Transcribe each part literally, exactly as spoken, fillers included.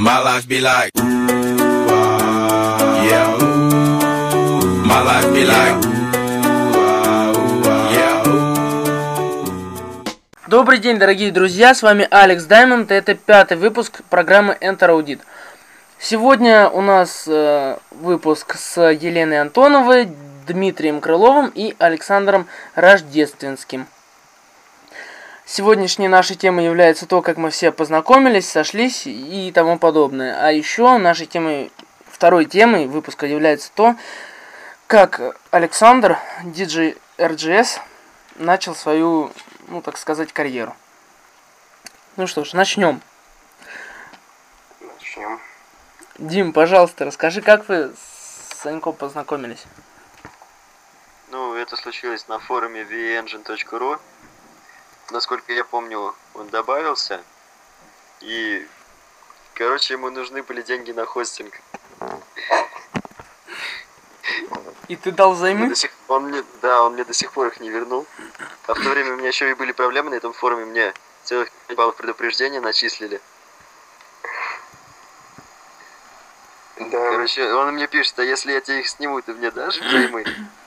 My life be like, ooh, ah, yeah, ooh. My life be like, ooh, ah, ooh, ah, yeah, ooh. Добрый день, дорогие друзья, с вами Алекс Даймонд, и это пятый выпуск программы Enter Audit. Сегодня у нас э, выпуск с Еленой Антоновой, Дмитрием Крыловым и Александром Рождественским. Сегодняшней нашей темой является то, как мы все познакомились, сошлись и тому подобное. А еще нашей темой, второй темой выпуска является то, как Александр, диджей эр джи эс, начал свою, ну так сказать, карьеру. Ну что ж, начнем. Начнем. Дим, пожалуйста, расскажи, как вы с Саньком познакомились? Ну, это случилось на форуме ви энджин точка ру. Насколько я помню, он добавился. И, короче, ему нужны были деньги на хостинг. И ты дал взаймы? Он до сих... он мне... Да, он мне до сих пор их не вернул. А в то время у меня еще и были проблемы на этом форуме. Мне целых пять баллов предупреждения начислили. Да. Короче, он мне пишет, а если я тебе их сниму, ты мне дашь взаймы?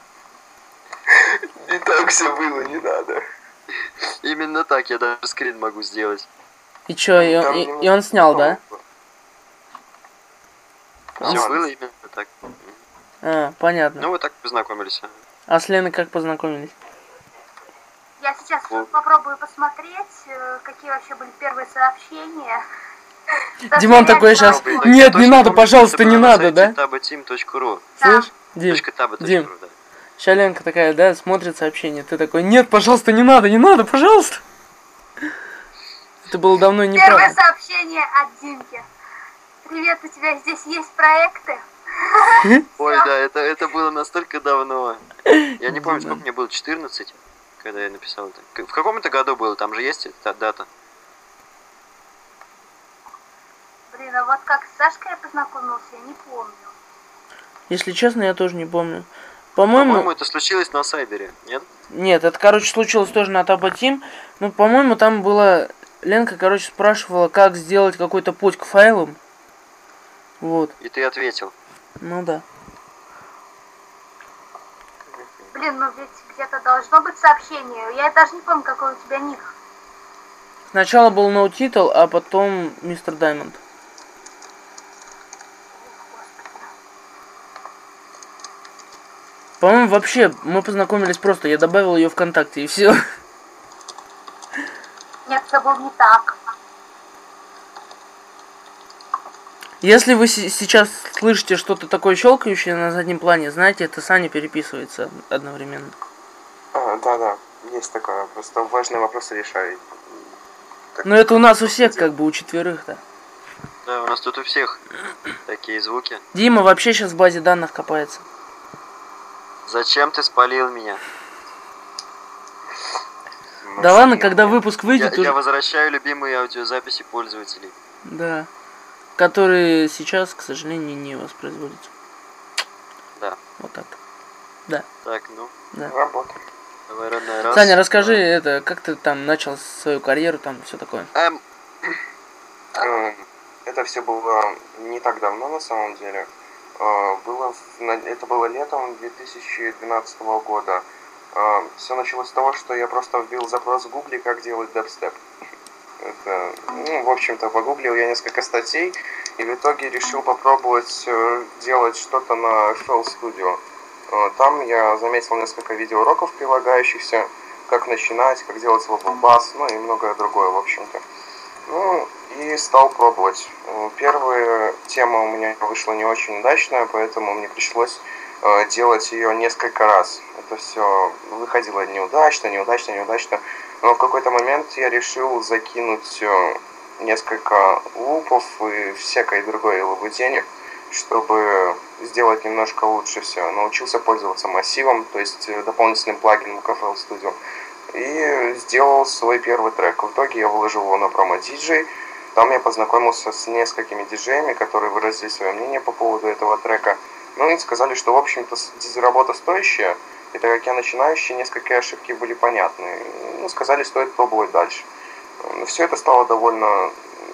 Не так все было, не надо. Именно так, я даже скрин могу сделать. И чё, и он, и, и он снял, да? Все Он... было именно так. А, понятно. Ну, мы так познакомились. А с Леной как познакомились? Я сейчас Вот. попробую посмотреть, какие вообще были первые сообщения. Димон такой сейчас, нет, не надо, пожалуйста, не надо, да? таботим точка ру. Слышь, Дим, Дим, да. ща Ленка такая, да, смотрит сообщение, ты такой, нет, пожалуйста, не надо, не надо, пожалуйста. Это было давно и Первое неправда. сообщение от Димки. Привет, у тебя здесь есть проекты? Ой, да, это, это было настолько давно. Я не помню, сколько мне было, четырнадцать, когда я написал это. В каком это году было? Там же есть эта дата. Блин, а вот как с Сашкой я познакомился, я не помню. Если честно, я тоже не помню. По-моему... По-моему, это случилось на Сайбере, нет? Нет, это, короче, случилось тоже на Таботим. Ну, по-моему, там была... Ленка, короче, спрашивала, как сделать какой-то путь к файлам. Вот. И ты ответил. Ну да. Блин, ну ведь где-то должно быть сообщение. Я даже не помню, какой у тебя ник. Сначала был NoTitle, а потом мистер Даймонд. По-моему, вообще, мы познакомились просто. Я добавил ее ВКонтакте, и все. Нет, это было не так. Если вы с- сейчас слышите что-то такое щелкающее на заднем плане, знаете, это Саня переписывается одновременно. А, да, да, есть такое. Просто важные вопросы решаю. Так, Но это у нас у всех, как бы, у четверых, да. Да, у нас тут у всех такие звуки. Дима вообще сейчас в базе данных копается. Зачем ты спалил меня? Да ладно, когда выпуск Я, выйдет, я уже... возвращаю любимые аудиозаписи пользователей. Да. Которые сейчас, к сожалению, не воспроизводятся. Да. Вот так. Да. Так, ну, Да. Работа. давай, родная, раз. Саня, расскажи, это, как ты там начал свою карьеру, там все такое. Эм, Эм, Это все было не так давно, на самом деле. Э, Было, в- на- это было летом две тысячи двенадцатого года. Все началось с того, что я просто вбил запрос в гугле, как делать дабстеп. Это, ну, в общем-то, погуглил я несколько статей и в итоге решил попробовать э, делать что-то на эф эл Studio. Э, Там я заметил несколько видеоуроков, прилагающихся, как начинать, как делать свободный бас, ну и многое другое, в общем-то. Ну, и стал пробовать. Э, Первая тема у меня вышла не очень удачная, поэтому мне пришлось э, делать ее несколько раз. Это все выходило неудачно, неудачно, неудачно. Но в какой-то момент я решил закинуть э, несколько лупов и всякой другой лабутени, чтобы сделать немножко лучше все. Научился пользоваться массивом, то есть э, дополнительным плагином к эф эл Studio. И сделал свой первый трек. В итоге я выложил его на промо ди джей. Там я познакомился с несколькими диджеями, которые выразили свое мнение по поводу этого трека. Ну и сказали, что, в общем-то, работа стоящая. И так как я начинающий, несколько ошибки были понятны. Ну, сказали, стоит пробовать дальше. Все это стало довольно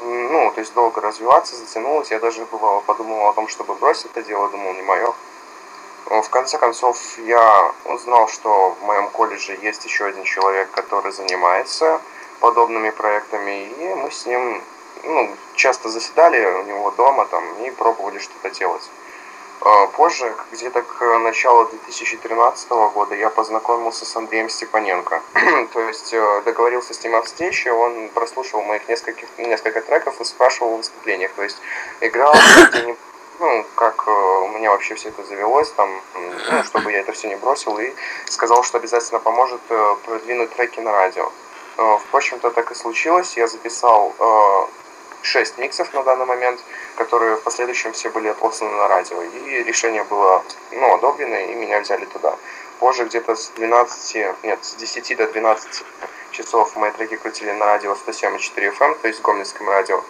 ну, то есть долго развиваться, затянулось. Я даже бывало подумал о том, чтобы бросить это дело, думал, не мое. В конце концов, я узнал, что в моем колледже есть еще один человек, который занимается подобными проектами, и мы с ним, ну, часто заседали у него дома там и пробовали что-то делать. Позже, где-то к началу две тысячи тринадцатого года, я познакомился с Андреем Степаненко. То есть договорился с ним о встрече, он прослушал моих нескольких, несколько треков и спрашивал о выступлениях. То есть играл где-нибудь, ну, как у меня вообще все это завелось, там, ну, чтобы я это все не бросил, и сказал, что обязательно поможет продвинуть треки на радио. Впрочем-то, так и случилось. Я записал шесть миксов на данный момент, которые в последующем все были отосланы на радио. И решение было, ну, одобрено, и меня взяли туда. Позже где-то с двенадцати, нет, с десяти до двенадцати часов мои треки крутили на радио сто семь и четыре эф эм, то есть гомельском радио.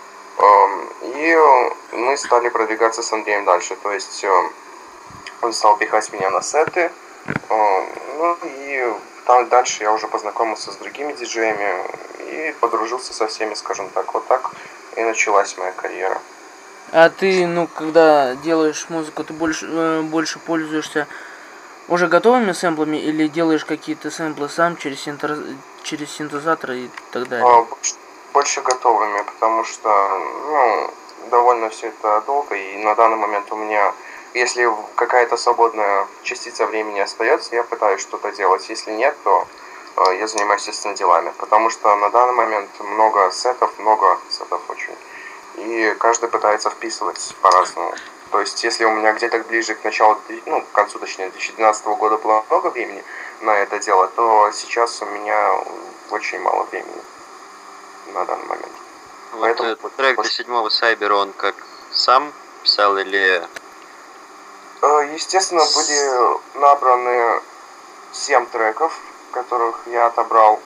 И мы стали продвигаться с Андреем дальше. То есть он стал пихать меня на сеты. Ну и там дальше я уже познакомился с другими диджеями и подружился со всеми, скажем так. Вот так и началась моя карьера. А ты, ну, когда делаешь музыку, ты больше, э, больше пользуешься уже готовыми сэмплами или делаешь какие-то сэмплы сам через, синтез... через синтезаторы и так далее? А, больше, больше готовыми, потому что, ну, довольно все это долго, и на данный момент у меня, если какая-то свободная частица времени остается, я пытаюсь что-то делать. Если нет, то э, я занимаюсь, естественно, делами, потому что на данный момент много сетов, много сетов очень. И каждый пытается вписывать по-разному. То есть, если у меня где-то ближе к началу, ну, к концу, точнее, две тысячи двенадцатого года было много времени на это дело, то сейчас у меня очень мало времени на данный момент. Вот Поэтому этот трек для седьмого Сайбера, он как сам писал или... Естественно, были набраны семь треков, которых я отобрал.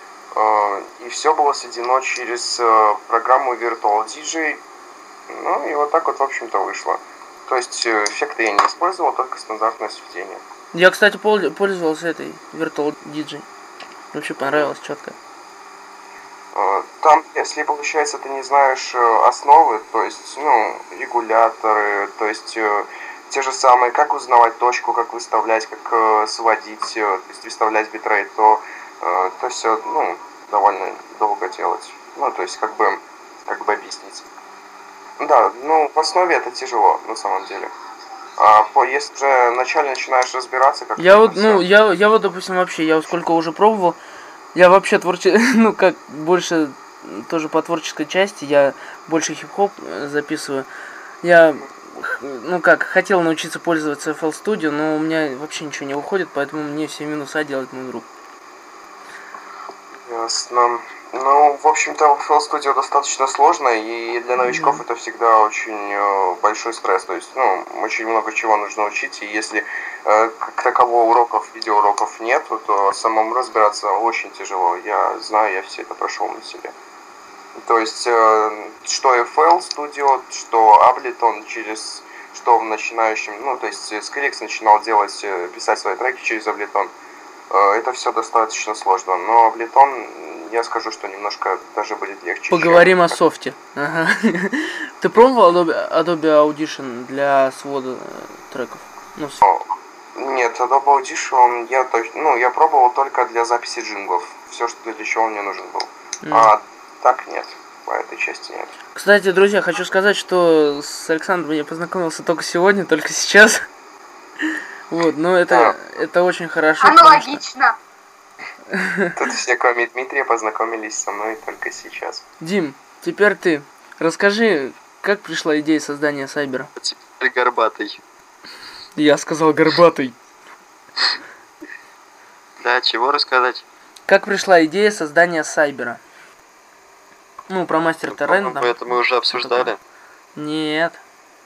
И все было сведено через программу Virtual ди джей. Ну и вот так вот, в общем-то, вышло. То есть эффекты я не использовал, только стандартное сведение. Я, кстати, пользовался этой Virtual ди джей. Вообще понравилось четко. Там, если получается, ты не знаешь основы, то есть, ну, регуляторы, то есть те же самые, как узнавать точку, как выставлять, как сводить, то есть выставлять битрейт, то это все, ну, довольно долго делать. Ну, то есть, как бы, как бы объяснить. Да, ну, в основе это тяжело, на самом деле. А по, если уже вначале начинаешь разбираться, как... Я вот, ну, я, я вот, допустим, вообще, я сколько уже пробовал, я вообще творче, ну, как, больше, тоже по творческой части, я больше хип-хоп записываю. Я, ну, как, хотел научиться пользоваться эф эл Studio, но у меня вообще ничего не выходит, поэтому мне все минуса делает мой друг. Ясно. Ну, в общем-то, эф эл Studio достаточно сложно, и для новичков mm-hmm. это всегда очень большой стресс. То есть, ну, очень много чего нужно учить, и если э, как такового уроков, видеоуроков нет, то самому разбираться очень тяжело. Я знаю, я все это прошел на себе. То есть, э, что эф эл Studio, что Ableton, через что в начинающем, ну, то есть, Skrillex начинал делать, писать свои треки через Ableton. Э, это все достаточно сложно, но Ableton... Я скажу, что немножко даже будет легче. Поговорим чем... о софте. Ага. Ты пробовал Adobe, Adobe Audition для свода треков? Ну, нет, Adobe Audition я, ну, я пробовал только для записи джинглов. Все, что для чего мне нужен был. Mm. А так нет, по этой части нет. Кстати, друзья, хочу сказать, что с Александром я познакомился только сегодня, только сейчас. Вот, но это, а. это очень хорошо. Аналогично. Тут все, кроме Дмитрия, познакомились со мной только сейчас. Дим, теперь ты. Расскажи, как пришла идея создания Сайбера? Теперь горбатый. Я сказал горбатый. Да, чего рассказать? Как пришла идея создания Сайбера? Ну, про Мастер Торрент. Это мы уже обсуждали. Нет.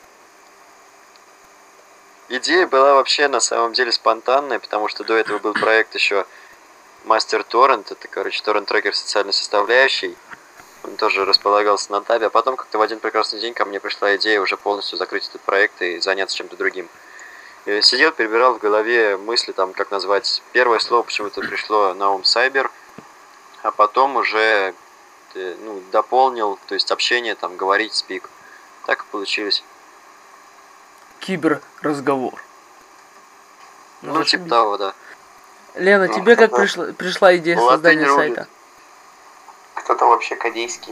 Идея была вообще на самом деле спонтанная, потому что до этого был проект еще Мастер Торрент, это, короче, торрент-трекер с социальной составляющей. Он тоже располагался на табе, а потом как-то в один прекрасный день ко мне пришла идея уже полностью закрыть этот проект и заняться чем-то другим. Я сидел, перебирал в голове мысли, там, как назвать. Первое слово почему-то пришло на ум Сайбер, а потом уже э, ну, дополнил, то есть общение, там, говорить, спик. Так и получилось. Киберразговор. Ну, зашибись. типа того, да. Лена, Ну, тебе как кто-то- пришла, пришла идея Латынь создания рулит. сайта? Кто-то вообще кадейский.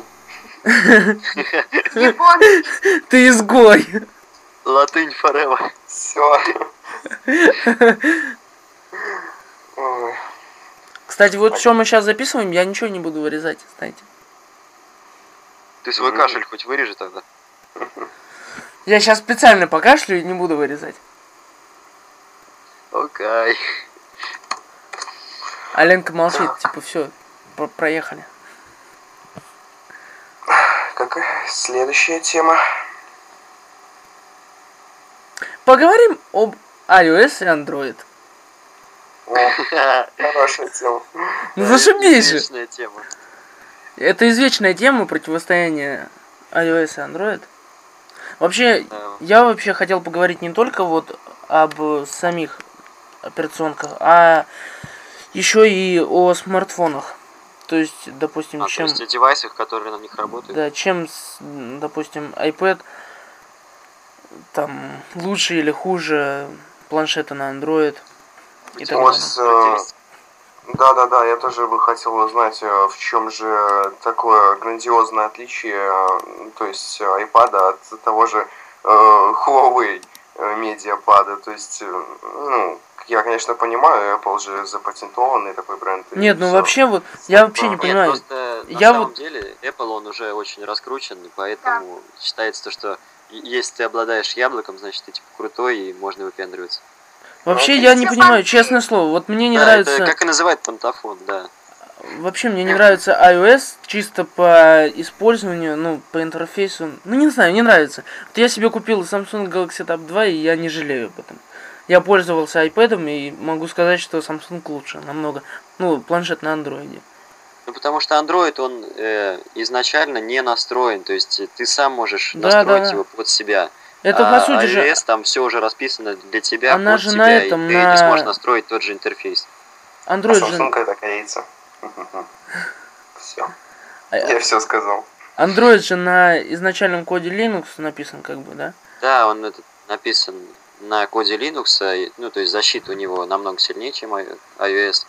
Японский. Ты изгой! Латынь forever. Все. Ой. Кстати, вот что мы сейчас записываем, я ничего не буду вырезать, знаете. Ты свой Мгм. кашель хоть вырежи тогда. Я сейчас специально покашлю и не буду вырезать. Окей. А Ленка молчит, типа, все, проехали. Какая следующая тема? Поговорим об iOS и Android. О, хорошая тема. Ну зашибись же! Извечная тема. Это извечная тема противостояния iOS и Android. Вообще, Да. я вообще хотел поговорить не только вот об самих операционках, а еще и о смартфонах. То есть, допустим, А, то чем, есть о девайсах, которые на них работают. да, чем, с- м, допустим, iPad там лучше или хуже планшета на Android и так Вот, далее. э, да-да-да, я тоже бы хотел узнать, э, в чем же такое грандиозное отличие, э, то есть э, iPad от того же э, Huawei э, медиапада. То есть, э, ну, я, конечно, понимаю, Apple же запатентованный такой бренд. и Нет, ну всё. вообще вот, я вообще не Нет, понимаю. Нет, просто на Я самом вот- деле Apple он уже очень раскручен, и поэтому считается то, что и- если ты обладаешь яблоком, значит ты типа крутой и можно выпендриваться. Вообще Ну, я это не всё понимаю, понты. честное слово. Вот мне не Да, нравится. это как и называют пантофон, да. Вообще мне не нравится iOS чисто по использованию, ну, по интерфейсу. Ну, не знаю, не нравится. Вот я себе купил Samsung Galaxy Tab два, и я не жалею об этом. Я пользовался iPad, и могу сказать, что Samsung лучше намного. Ну, планшет на андроиде. Ну потому что Android он э, изначально не настроен, то есть э, ты сам можешь Да, настроить да, да. его под себя. Это а по сути же... iOS там все уже расписано для тебя, Она под же тебя, на этом, и ты на- не сможешь настроить тот же интерфейс. А Android Samsung же... это корейца. Все. а- Я все сказал. Android же на изначальном коде Linux написан, как бы, да? Да, он этот написан на коде Linux, и, ну то есть защита у него намного сильнее, чем i- iOS.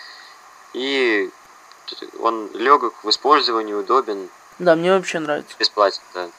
И т- он легок в использовании, удобен, Да, мне вообще нравится. бесплатен, да.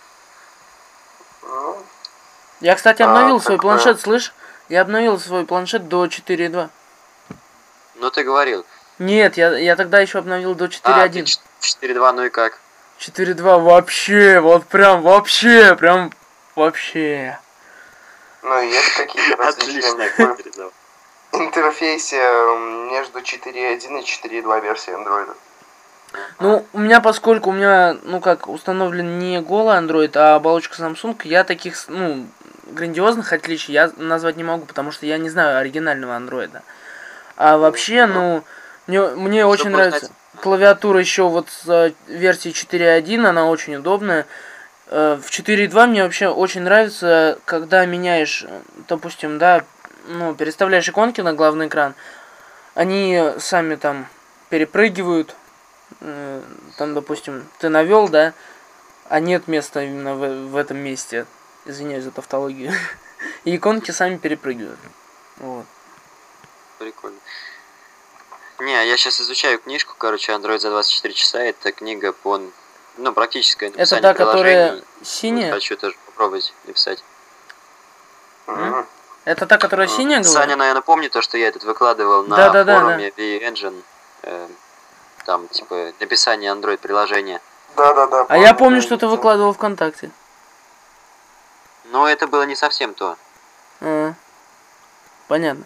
Ну, Я, кстати, А, обновил свой какое? планшет, слышь? Я обновил свой планшет до четыре точка два. Ну ты говорил. Нет, я, я тогда еще обновил до четыре А, точка ты один. ч- четыре точка два, ну и как? четыре точка два вообще, вот прям вообще, прям вообще. ну, есть какие-то различия Отлично, в передал. интерфейсе м, между четыре точка один и четыре точка два версии Android. Ну, у меня, поскольку у меня, ну как, установлен не голый Android, а оболочка Samsung, я таких, с- ну, грандиозных отличий я назвать не могу, потому что я не знаю оригинального Android. А вообще, ну, мне, мне очень Чтобы нравится узнать- клавиатура еще вот с э, версии четыре точка один, она очень удобная. Э, В четыре точка два мне вообще очень нравится, когда меняешь, э, допустим, да, ну, переставляешь иконки на главный экран, они сами там перепрыгивают, э, там, допустим, ты навел, да, а нет места именно в, в этом месте. Извиняюсь за тавтологию. И иконки сами перепрыгивают. Вот. Прикольно. Не, я сейчас изучаю книжку, короче, Android за двадцать четыре часа. Это книга по, ну, практическое Это написание та, которая приложений. синяя? Вот хочу тоже попробовать написать. Мгм. Это та, которая синяя, говорю? Саня, наверное, помнит то, что я этот выкладывал на Да-да-да, форуме V-Engine. э, там, типа, написание Android-приложения. Да-да-да. А я помню, что ты выкладывал ВКонтакте. Но это было не совсем то. А, понятно.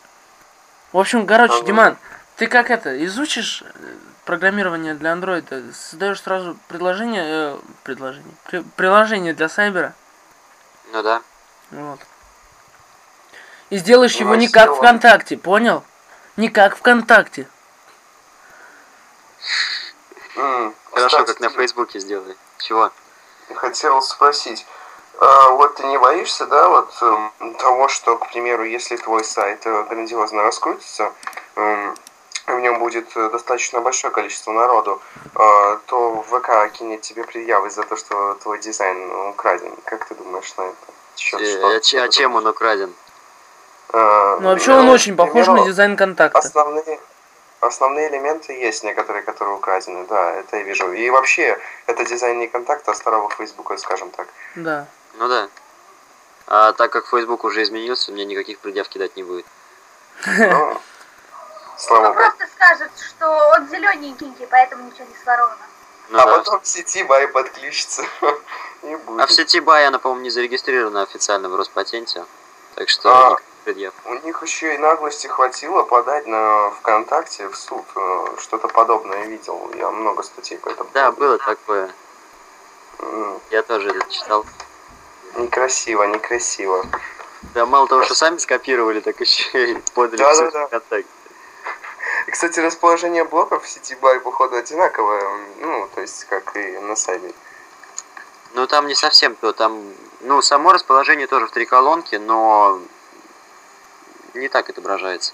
В общем, короче, Ага. Диман, ты как это, изучишь э, программирование для Android, создаешь сразу предложение, э, предложение, при- приложение для Сайбера, Ну да. вот. И сделаешь его Ну, не как сделано. ВКонтакте, понял? Не как ВКонтакте. М, Хорошо, кстати, как на Фейсбуке сделали. Чего? хотел спросить, а вот ты не боишься, да, вот эм, того, что, к примеру, если твой сайт э, грандиозно раскрутится, эм, в нем будет достаточно большое количество народу, э, то ВК кинет тебе предъявы за то, что твой дизайн украден. Как ты думаешь на это? Чё, Э, что- а че- что а ты чем думаешь? он украден? Э, Ну, вообще он ну, очень к похож на примеру, дизайн контакта. Основные, основные элементы есть некоторые, которые украдены, да, это я вижу. И вообще, это дизайн не контакта, а старого Фейсбука, скажем так. Да. Ну да. А так как Facebook уже изменился, мне никаких предъяв кидать не будет. Ну, слава Он богу. просто скажет, что он зелененький, поэтому ничего не своровано. Ну А да. потом в сети бай подключится. И будет. А в сети бай она, по-моему, не зарегистрирована официально в Роспатенте. Так что А. никаких предъяв. У них еще и наглости хватило подать на ВКонтакте в суд. Э, Что-то подобное видел. Я много статей по этому. Да, поводу. было такое. М, Я тоже это читал. Некрасиво, некрасиво. Да, мало того, что сами скопировали, так еще и подали в суд Да-да-да. ВКонтакте. И, кстати, расположение блоков в сети бай, походу, одинаковое. Ну, то есть, как и на сайте. Ну там не совсем то, там, ну, само расположение тоже в три колонки, но не так отображается.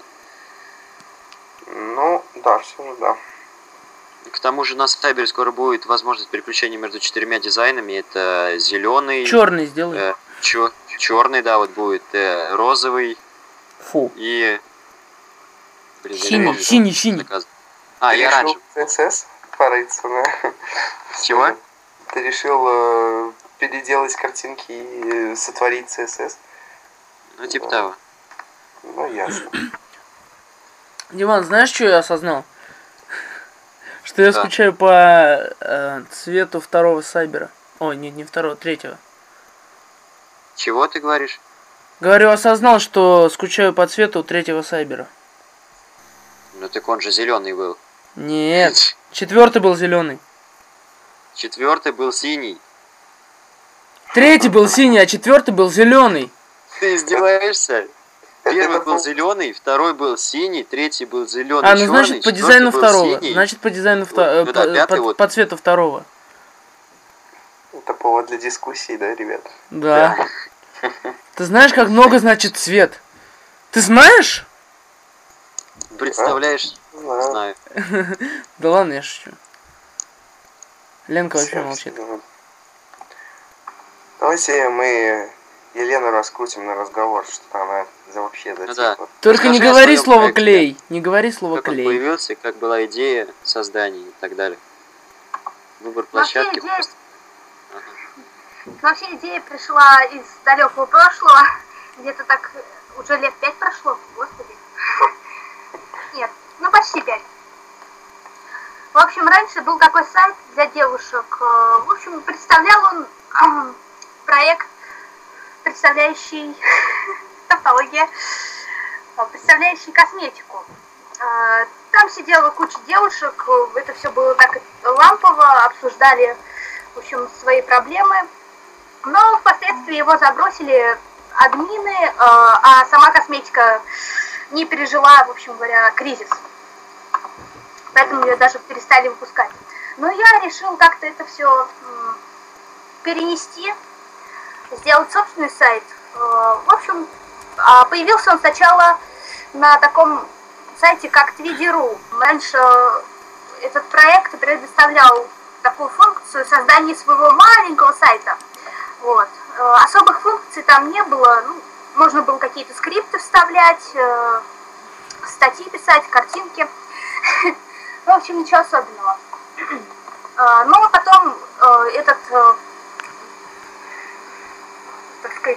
Ну, да, все же да. К тому же на Сайбере скоро будет возможность переключения между четырьмя дизайнами. Это зеленый, Черный сделай. э, черный, да, вот будет э, розовый Фу. и блин, я не Синий, помню, синий, что синий. заказывал. А, Ты и решил оранжевый. в си эс порыться, да? Чего? Ты решил э, переделать картинки и э, сотворить си эс эс? Ну, типа Да. того. Ну, ясно. Диман, знаешь, что я осознал? Что я Да. скучаю по э, цвету второго Сайбера. Ой, нет, не второго, третьего. Чего ты говоришь? Говорю, осознал, что скучаю по цвету третьего Сайбера. Ну так он же зеленый был. Нет, четвертый был зеленый. Четвертый был синий. Третий был синий, а четвертый был зеленый. Ты издеваешься? Первый Это был был- зеленый, второй был синий, третий был зеленый, А, ну значит по дизайну второго. Значит по дизайну второго. Ну да, по, пятый по- вот. по цвету второго. Это повод для дискуссии, да, ребят? Да. Ты знаешь, как много значит цвет? Ты знаешь? Представляешь? Знаю. Знаю. Да ладно, я шучу. Ленка вообще Всё, молчит. всё. Давайте мы Елену раскрутим на разговор, что она за вообще да. затихла. Только не Расскажи о говори своём слово проекте. клей. Не говори слово Как он клей. появился, как была идея создания и так далее. Выбор Вообще площадки. идея, просто. вообще идея пришла из далекого прошлого. Где-то так уже лет пять прошло, господи. Нет, ну почти пять. В общем, раньше был такой сайт для девушек. э, В общем, представлял он э, проект, представляющий тавтология, э, представляющий косметику. Э, Там сидела куча девушек, э, это все было так лампово, обсуждали, в общем, свои проблемы. Но впоследствии его забросили админы, э, а сама косметика не пережила, в общем говоря, кризис. Поэтому ее даже перестали выпускать. Но я решил как-то это все перенести, сделать собственный сайт. Э, В общем, а, появился он сначала на таком сайте, как твиди точка ру. Раньше этот проект предоставлял такую функцию создания своего маленького сайта. Вот. Э, Особых функций там не было. Ну, можно было какие-то скрипты вставлять, э, статьи писать, картинки. В общем, ничего особенного. Э, Но потом э, этот, э, так сказать,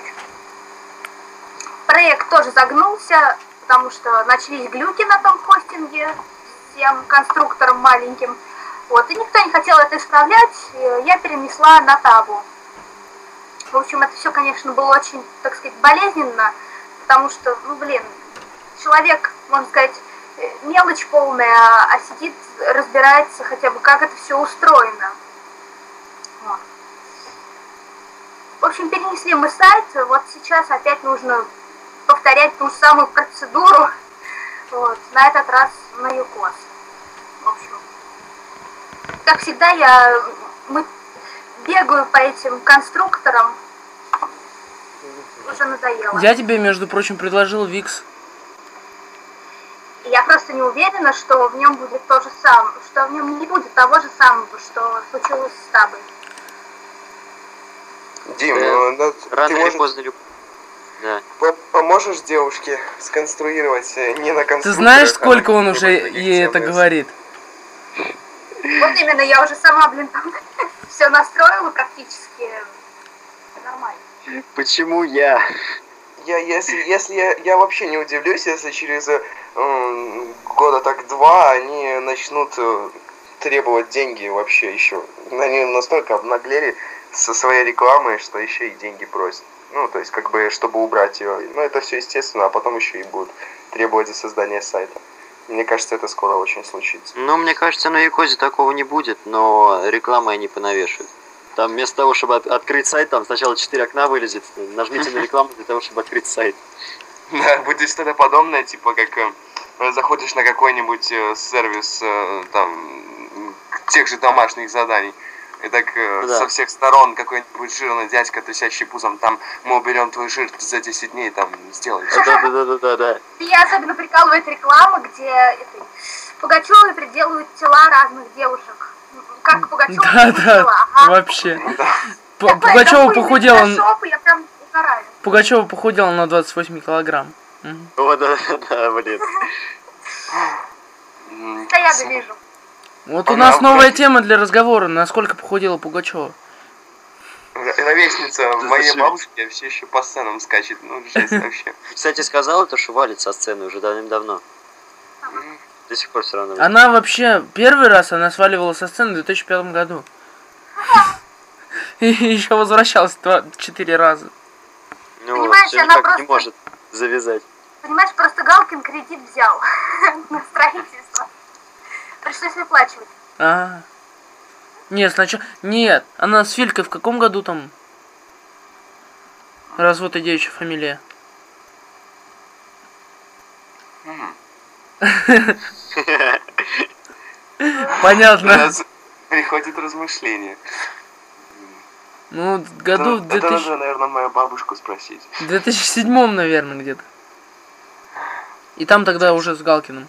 проект тоже загнулся, потому что начались глюки на том хостинге с тем конструктором маленьким. Вот, и никто не хотел это исправлять, и я перенесла на табу. В общем, это все, конечно, было очень, так сказать, болезненно, потому что, ну, блин, человек, можно сказать, мелочь полная, а сидит, разбирается хотя бы, как это все устроено. Вот. В общем, перенесли мы сайт, вот сейчас опять нужно повторять ту же самую процедуру, вот, на этот раз на юкос. В общем, как всегда, я мы бегаю по этим конструкторам, уже надоело. Я тебе, между прочим, предложил Викс. Я просто не уверена, что в нем будет то же самое, что в нем не будет того же самого, что случилось с тобой. Дим, Да. ну, да, Рано ты или может, поздно люб... Да. по- поможешь девушке сконструировать э, не на Ты конструкторах, знаешь, а на сколько он каких-нибудь уже таких ей это C M S? говорит? Вот именно, я уже сама, блин, там все настроила практически нормально. Почему я? Я, если, если я, я вообще не удивлюсь, если через э, м, года так два они начнут э, требовать деньги вообще еще. Они настолько обнаглели со своей рекламой, что еще и деньги просят. Ну, то есть, как бы, чтобы убрать ее. Ну, это все естественно, а потом еще и будут требовать за создание сайта. Мне кажется, это скоро очень случится. Ну, мне кажется, на Якозе такого не будет, но рекламы они понавешивают. Там вместо того, чтобы от- открыть сайт, там сначала четыре окна вылезет. Нажмите на рекламу для того, чтобы открыть сайт. Да, будет что-то подобное, типа как э, заходишь на какой-нибудь э, сервис э, там м, тех же домашних заданий. И так э, Да. со всех сторон какой-нибудь жирный дядька, трясящий пузом, там мы уберем твой жир за десять дней, там сделай. Да-да-да-да-да. Меня особенно прикалывает реклама, где этой Пугачёвой приделывают тела разных девушек. Как Пугачёва Да, делает да, тела, ага. вообще. Да. П- Такой Пугачева довольный похудела, фотошоп, и я прям угораю. Пугачева похудела на двадцать восемь килограмм. Мгм. О, да-да-да, блин. М, Постоянно см- вижу. Вот у Она нас новая вроде- тема для разговора. Насколько похудела Пугачева? р- Ровесница Да моей зачем? бабушки все еще по сценам скачет. Ну, жесть вообще. Кстати, сказала то, что валит со сцены уже давным-давно. М, До сих пор все равно. Она вообще первый раз она сваливала со сцены в две тысячи пятом году. И еще возвращалась два- четыре раза. Ну, Понимаешь, все она никак просто- не может завязать. Понимаешь, просто Галкин кредит взял на строительство. Пришлось выплачивать. А. Нет, сначала... Нет, она с Филькой в каком году там? Развод и девичья фамилия. м. Понятно. Раз- Приходит размышление. Ну, году в Это это 2000... надо, наверное, мою бабушку спросить. в две тысячи седьмом, наверное, где-то. И там тогда уже с Галкиным.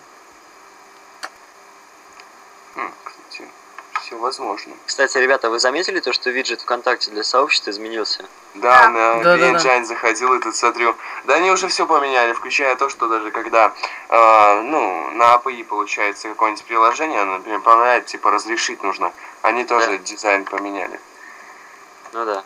М, Кстати, все возможно. Кстати, ребята, вы заметили то, что виджет ВКонтакте для сообщества изменился? Да, на Да, да, да. VNGine заходил и тут смотрю. Да они уже все поменяли, включая то, что даже когда, э, ну, на эй пи ай получается какое-нибудь приложение, например, понравится, типа разрешить нужно. Они тоже Да. дизайн поменяли. Ну да.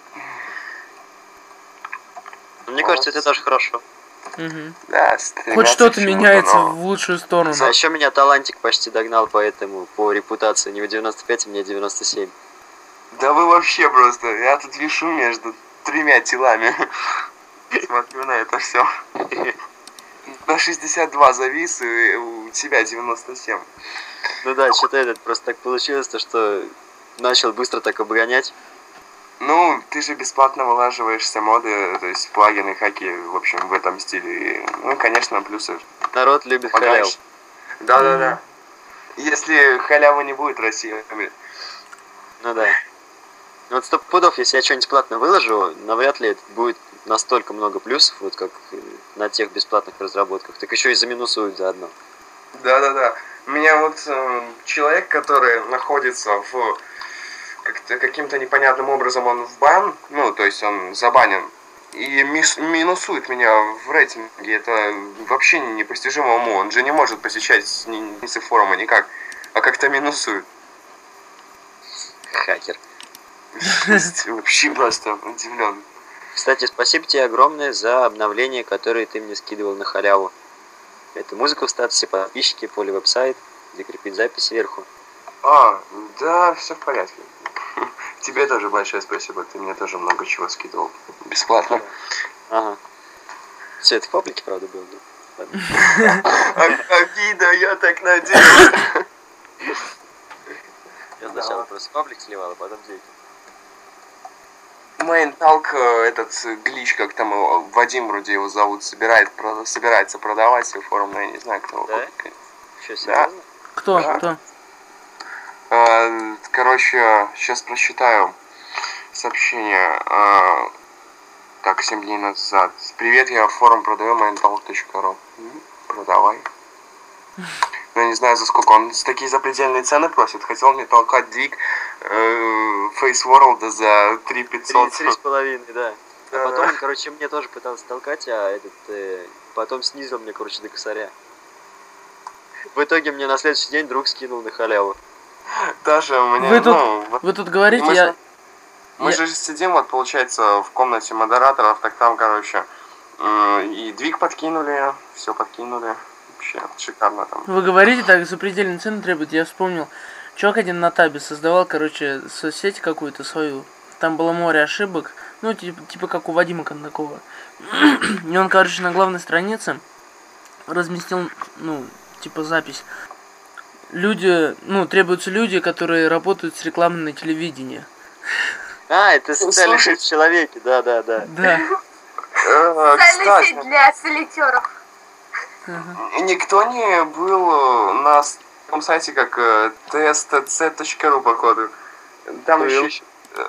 Но мне кажется, это даже хорошо. Мгм. Да, Хоть стремятся что-то к чему-то меняется новому. в лучшую сторону. А еще меня Талантик почти догнал, поэтому по репутации. У него девяносто пять, у меня девяносто семь. Да вы вообще просто, я тут вишу между тремя телами. Смотрю на это все. На шестьдесят два завис, и у тебя девяносто семь. Ну да, что-то этот просто так получилось, то что начал быстро так обгонять. Ну, ты же бесплатно вылаживаешься моды, то есть плагины, хаки, в общем, в этом стиле. И, ну, конечно, плюсы. Народ любит халяву. Помогаешь. Да-да-да. Если халявы не будет, Россия умрет. Ну да. Ну вот сто пудов, если я что-нибудь платно выложу, навряд ли это будет настолько много плюсов, вот как э, на тех бесплатных разработках. Так еще и заминусуют заодно. Да-да-да. У меня вот э, человек, который находится в... как-то каким-то непонятным образом он в бан, ну, то есть он забанен, и мис- минусует меня в рейтинге. Это вообще непостижимо уму. Он же не может посещать ни, ни форума никак, а как-то минусует. Хакер. Жесть, вообще просто удивлен. Кстати, спасибо тебе огромное за обновления, которые ты мне скидывал на халяву. Это музыка в статусе, подписчики, поле веб-сайт, закрепить запись сверху. А, да, все в порядке. Тебе тоже большое спасибо, ты мне тоже много чего скидывал. Бесплатно. Ага. Все, это в паблике, правда, было, да? Ладно. Обида, я так надеюсь. Я сначала просто в паблик сливал, а потом здесь. Мейнталк, этот глич, как там его, Вадим вроде его зовут, собирает, прода- собирается продавать свой форум, но я не знаю, кто его Да? купит. Что, серьезно? Кто? Да. Кто? А, Короче, сейчас прочитаю сообщение. А, Так, семь дней назад. Привет, я форум продаю майнталк точка ру. Продавай. Ну, я не знаю, за сколько он такие запредельные цены просит. Хотел мне толкать Дик э, Face World за три пятьсот. Три с половиной, да. Да, А потом да. он, короче, мне тоже пытался толкать, а этот э, потом снизил мне, короче, до косаря. В итоге мне на следующий день друг скинул на халяву. Даже мне, Вы тут, ну, вот вы тут говорите, мы я... же- мы я- же сидим, вот, получается, в комнате модераторов, так там, короче, м, и двиг подкинули, все подкинули. Вообще шикарно там. Вы говорите, так запредельные цены требуют. Я вспомнил, чувак один на табе создавал, короче, соцсеть какую-то свою. Там было море ошибок, ну, типа, типа как у Вадима Кондакова. И он, короче, на главной странице разместил, ну, типа запись. Люди, ну, требуются люди, которые работают с рекламой на телевидении. А, это социальный Слушай. сеть в человеке, да, да, да. Да. Э, Социальная сеть Кстати, для солитеров. никто не был на с- таком сайте, как э, тэ эс тэ цэ точка ру, походу. Там Был. еще...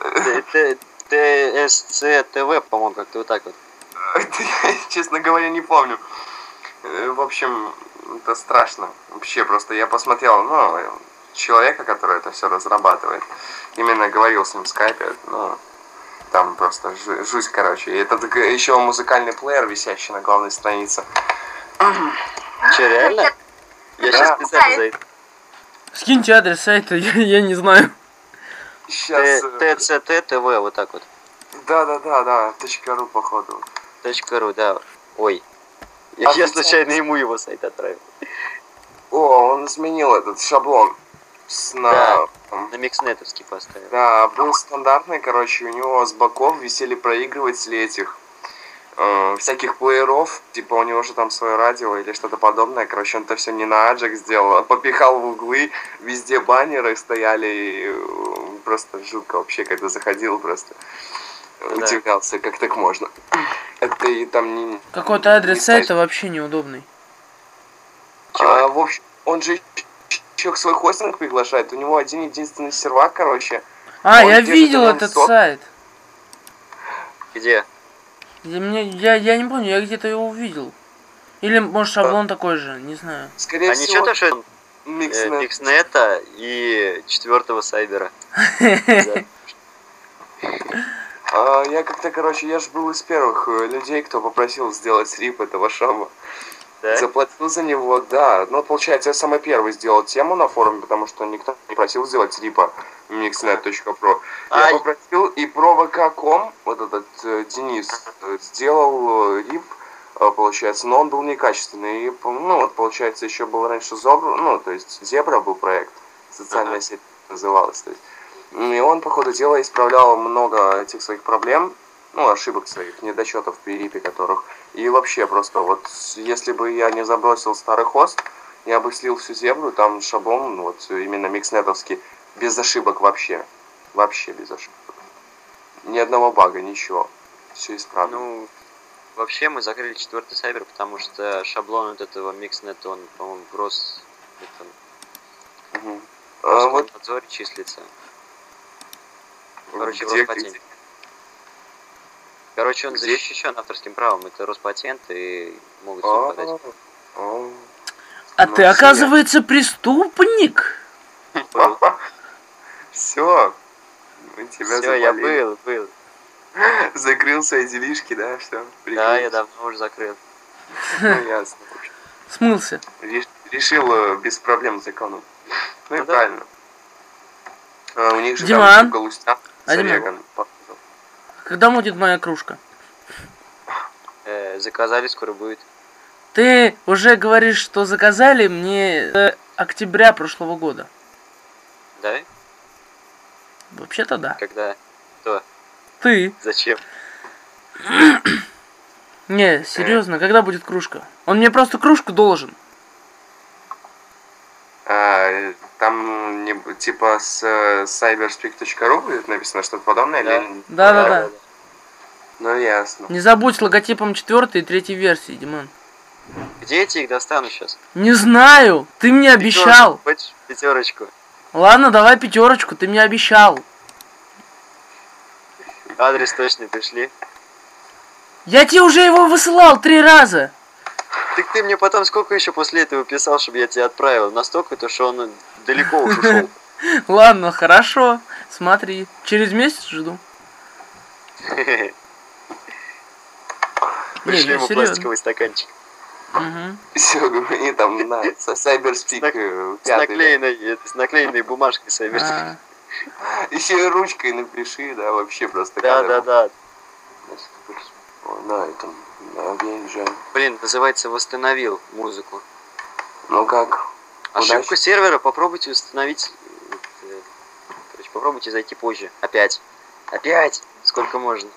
Т С Ц Т В, по-моему, как-то вот так вот. Я, честно говоря, не помню. Э, В общем, это страшно. Вообще, просто я посмотрел, ну, человека, который это все разрабатывает. Именно говорил с ним в скайпе, ну, там просто жу- жуть, короче. И это еще музыкальный плеер, висящий на главной странице. Че, реально? Я Да. сейчас специально зайду. Скиньте адрес сайта, я, я не знаю. Сейчас... Т Ц Т Т В, вот так вот. Да-да-да, да, точка ру, походу. Точка ру, да. Ой. Я, я случайно ему его сайт отправил. О, он изменил этот шаблон. С- на... Да. там, На микснетовский поставил. Да, был стандартный, короче, у него с боков висели проигрыватели этих э, всяких плееров, типа у него же там свое радио или что-то подобное, короче, он это все не на Аджак сделал, а попихал в углы, везде баннеры стояли, и э, просто жутко вообще, когда заходил, просто Да. удивлялся, как так можно. Это и там не... Какой-то адрес не сайт. сайта вообще неудобный. А, в общем, он же еще свой хостинг приглашает, у него один единственный сервак, короче. А, Он я держит видел домен этот сот. сайт. Где? Я, мне, я, я не помню, я где-то его увидел. Или, может, шаблон такой же, не знаю. Скорее А всего, ничего то, что э, Микснет. Микснета и четвертого сайбера. Да. А, я как-то, короче, я же был из первых э, людей, кто попросил сделать срип этого шаба. Да? Заплатил за него, да. Но, получается, я самый первый сделал тему на форуме, потому что никто не просил сделать срипа микснет точка про. Я Ай. попросил, и про вэ ка точка ком, вот этот э, Денис, э, сделал э, рип, э, получается, но он был некачественный. И, по- ну, вот, получается, еще был раньше Зобра, ну, то есть Зебра был проект, социальная Ага. сеть называлась, то есть. И он, по ходу дела, исправлял много этих своих проблем, ну, ошибок своих, недочетов при рипе которых. И вообще просто вот, если бы я не забросил старый хост, я бы слил всю зебру, там шаблон, ну, вот именно микснетовский, без ошибок вообще. Вообще без ошибок. Ни одного бага, ничего. Все исправно. Ну, вообще мы закрыли четвертый сайбер, потому что шаблон вот этого микснета, он, по-моему, в Рос... это, Мгм. в А, вот Роскомнадзоре числится. Короче, в где, Роспатенте. где- Короче, он Где? защищен авторским правом. Это Роспатент и могут в суд подать. А, а. А Ну, ты, всё. оказывается, преступник? Все. Мы тебя Все, я заболели. был, был. Закрыл свои делишки, да, все. Да, я давно уже закрыл. Ну, ясно. в общем. Смылся. Реш- Решил э, без проблем законом. Ну и Ну да. правильно. А, у них же Диман. там Галустян с А, Диман. Олегом. Когда будет моя кружка? Э, заказали, скоро будет. Ты уже говоришь, что заказали мне э, октября прошлого года. Да? Вообще-то да. Когда? Кто? Ты. Зачем? Не, серьезно, когда будет кружка? Он мне просто кружку должен. А, там не, б- типа с э, cyberspeak точка ру будет написано что-то подобное? Да. Или... Да, да, да. Ну ясно. Не забудь с логотипом четвертой и третьей версии, Диман. Где я тебе их достану сейчас? Не знаю, ты мне обещал. Хочешь пятерочку? Ладно, давай пятерочку, ты мне обещал. Адрес точно пришли. Я тебе уже его высылал три раза. Так ты мне потом сколько еще после этого писал, чтобы я тебя отправил? Настолько, то что он далеко уж ушел. Ладно, хорошо. Смотри, через месяц жду. Пришли я ему серьезно. пластиковый стаканчик. Угу. Все, говори там на Cyberspeak С э, С пятый, да. наклеенной, это, с наклеенной бумажкой Cyberspeak. А, Еще и ручкой напиши, да, вообще просто. Да, да, да. На этом, на Венже. Блин, называется «Восстановил музыку». Ну как? Ошибка Удачи. сервера, попробуйте установить... э, Короче, попробуйте зайти позже. Опять. Опять! Сколько можно.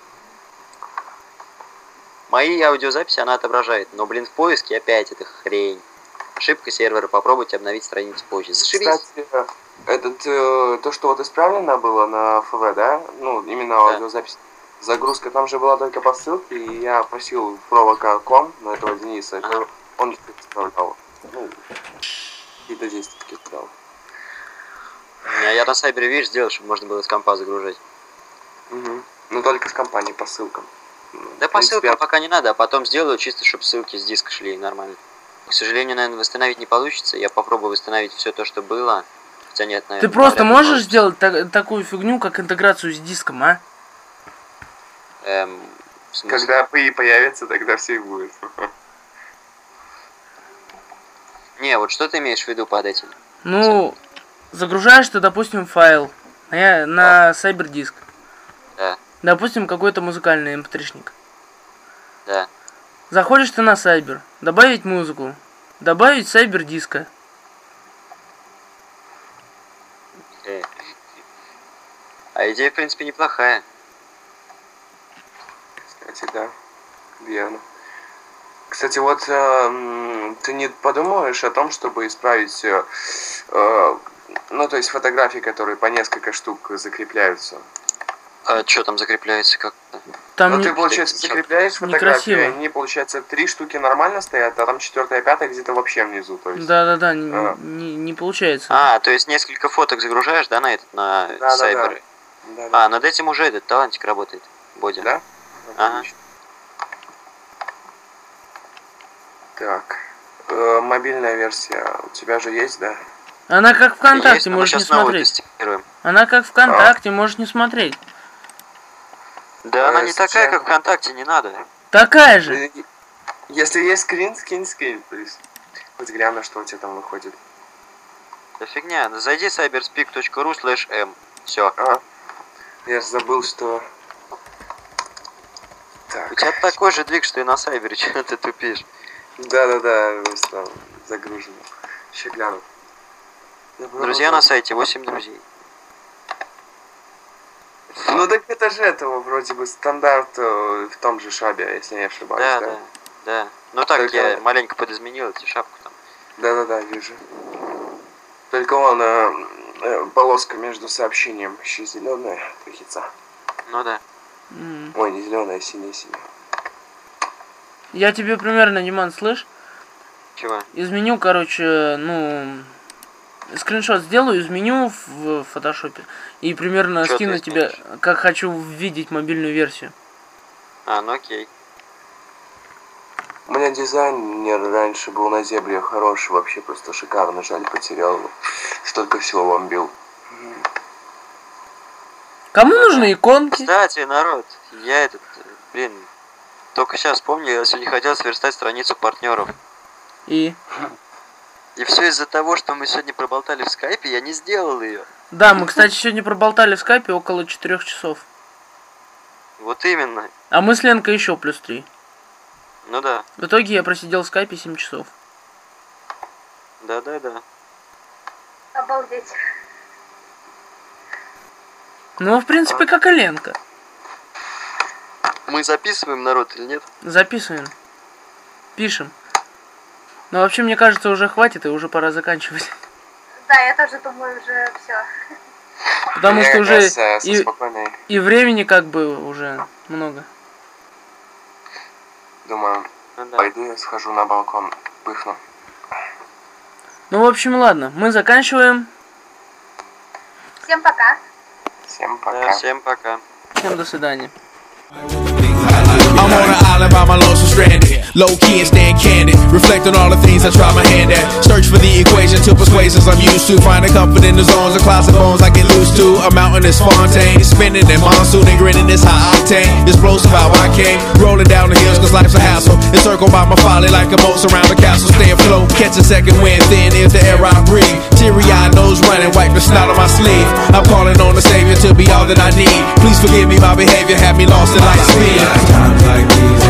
Мои аудиозаписи она отображает, но, блин, в поиске опять эта хрень. Ошибка сервера, попробуйте обновить страницу позже. Зашибись. Кстати, этот, э, то, что вот исправлено было на эф вэ, да? Ну, именно Да. аудиозапись. Загрузка там же была только по ссылке, и я просил провокаком на этого Дениса, Ага. он что-то исправлял. Ну, какие-то действия такие дал. Я, я на сайбере, видишь, сделал, чтобы можно было с компа загружать. Угу. Ну, только с компанией по ссылкам. Ну, Да в по принципе, ссылкам пока не надо, а потом сделаю чисто, чтобы ссылки с диска шли нормально. К сожалению, наверное, восстановить не получится. Я попробую восстановить все то, что было. Хотя нет, наверное, ты просто вряд ли можешь получится. сделать та- такую фигню, как интеграцию с диском, а? Эм, в смысле? Когда пи появится, тогда все и будет. Не, вот что ты имеешь в виду под этим? Ну, загружаешь ты, допустим, файл на, на сайбердиск. Да, Допустим, какой-то музыкальный эм пэ три-шник. да. Заходишь ты на сайбер, добавить музыку, добавить сайбердиска. Э. А идея, в принципе, неплохая. Кстати, да, верно. Кстати, вот э, м, ты не подумаешь о том, чтобы исправить, э, э, ну, то есть фотографии, которые по несколько штук закрепляются. А что там закрепляется как-то? Там Ну, не- ты, получается, ничего. закрепляешь фотографии, Некрасиво. они, получается, три штуки нормально стоят, а там четвертая, пятая где-то вообще внизу, то есть. Да-да-да, не, А. не- не получается. А, то есть несколько фоток загружаешь, да, на этот, на Да, да, да. сайберы? Да, да. А, над этим уже этот талантик работает. Бодя. Да? Ага. Отлично. Так. Э, мобильная версия у тебя же есть, да? Она как ВКонтакте, Есть, но мы можешь не сейчас новую смотреть. тестируем. Она как ВКонтакте, можешь не смотреть. Да, она Э, не такая, сейчас- как ВКонтакте, не надо. Такая же. Э, Если есть скрин, скинь, скинь, то есть. Хоть гляну, что у тебя там выходит. Да фигня, зайди cyberspeak точка ru слэш m. Все. А, я ж забыл, что... Так. У тебя такой же двиг, что и на сайбере, что ты тупишь. Да-да-да, просто загружено. Еще гляну. Друзья на сайте, восемь друзей. Ну так это же этого вроде бы стандарт э, в том же шабе, если не ошибаюсь, Да, да? да, да. Ну так, Только- я маленько подизменил эти шапку там. Да-да-да, вижу. Только вон э, э, полоска между сообщением еще зеленая, трохица. Ну да. М. Ой, не зеленая, а синяя-синяя. Я тебе примерно, Диман, слышь, Чего? изменю, короче, ну, скриншот сделаю, изменю в фотошопе и примерно Чё ты скину тебе, изменишь? как хочу видеть мобильную версию. А, ну окей. У меня дизайнер раньше был на зебре хороший, вообще просто шикарно, жаль, потерял его. Столько всего бомбил. Кому нужны иконки? Кстати, народ, я этот, э, блин, только сейчас вспомнил, я сегодня хотел сверстать страницу партнеров. И? И все из-за того, что мы сегодня проболтали в скайпе, я не сделал ее. Да, мы, кстати, сегодня проболтали в скайпе около четырех часов. Вот именно. А мы с Ленкой еще плюс три. Ну да, В итоге я просидел в скайпе семь часов. да-да-да. Обалдеть. Ну, в принципе, как и Ленка. Мы записываем, народ, или нет? Записываем. Пишем. Но вообще, мне кажется, уже хватит и уже пора заканчивать. Да, я тоже думаю, уже все. Потому Мне что уже кажется, со и, спокойной, и времени как бы уже много. думаю, Ну да. пойду я схожу на балкон, пыхну. Ну, в общем, ладно. Мы заканчиваем. Всем пока. Всем пока. Да, всем пока. Всем до свидания. I'm on an island by my lonesome stranded. low key and stand candid. Reflect on all the things I try my hand at. Search for the equation to persuasions I'm used to. Finding comfort in the zones of clouds and bones I get loose to. A mountain is Fontaine, spinning in monsoon and grinning this high octane. Explosive how I came, rolling down the hills cause life's a hassle. Encircled by my folly like a moat around the castle. Stay afloat, catch a second wind, thin is the air I breathe. Teary-eyed nose running, wipe the snot on my sleeve. I'm calling on the Savior to be all that I need. Please forgive me, my behavior had me lost in light speed. Times like these